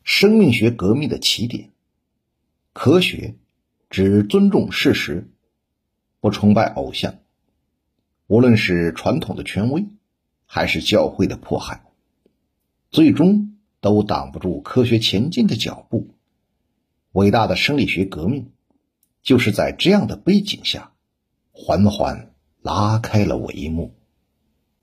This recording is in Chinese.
生命学革命的起点。科学只尊重事实，不崇拜偶像。无论是传统的权威，还是教会的迫害，最终都挡不住科学前进的脚步。伟大的生理学革命就是在这样的背景下缓缓拉开了帷幕。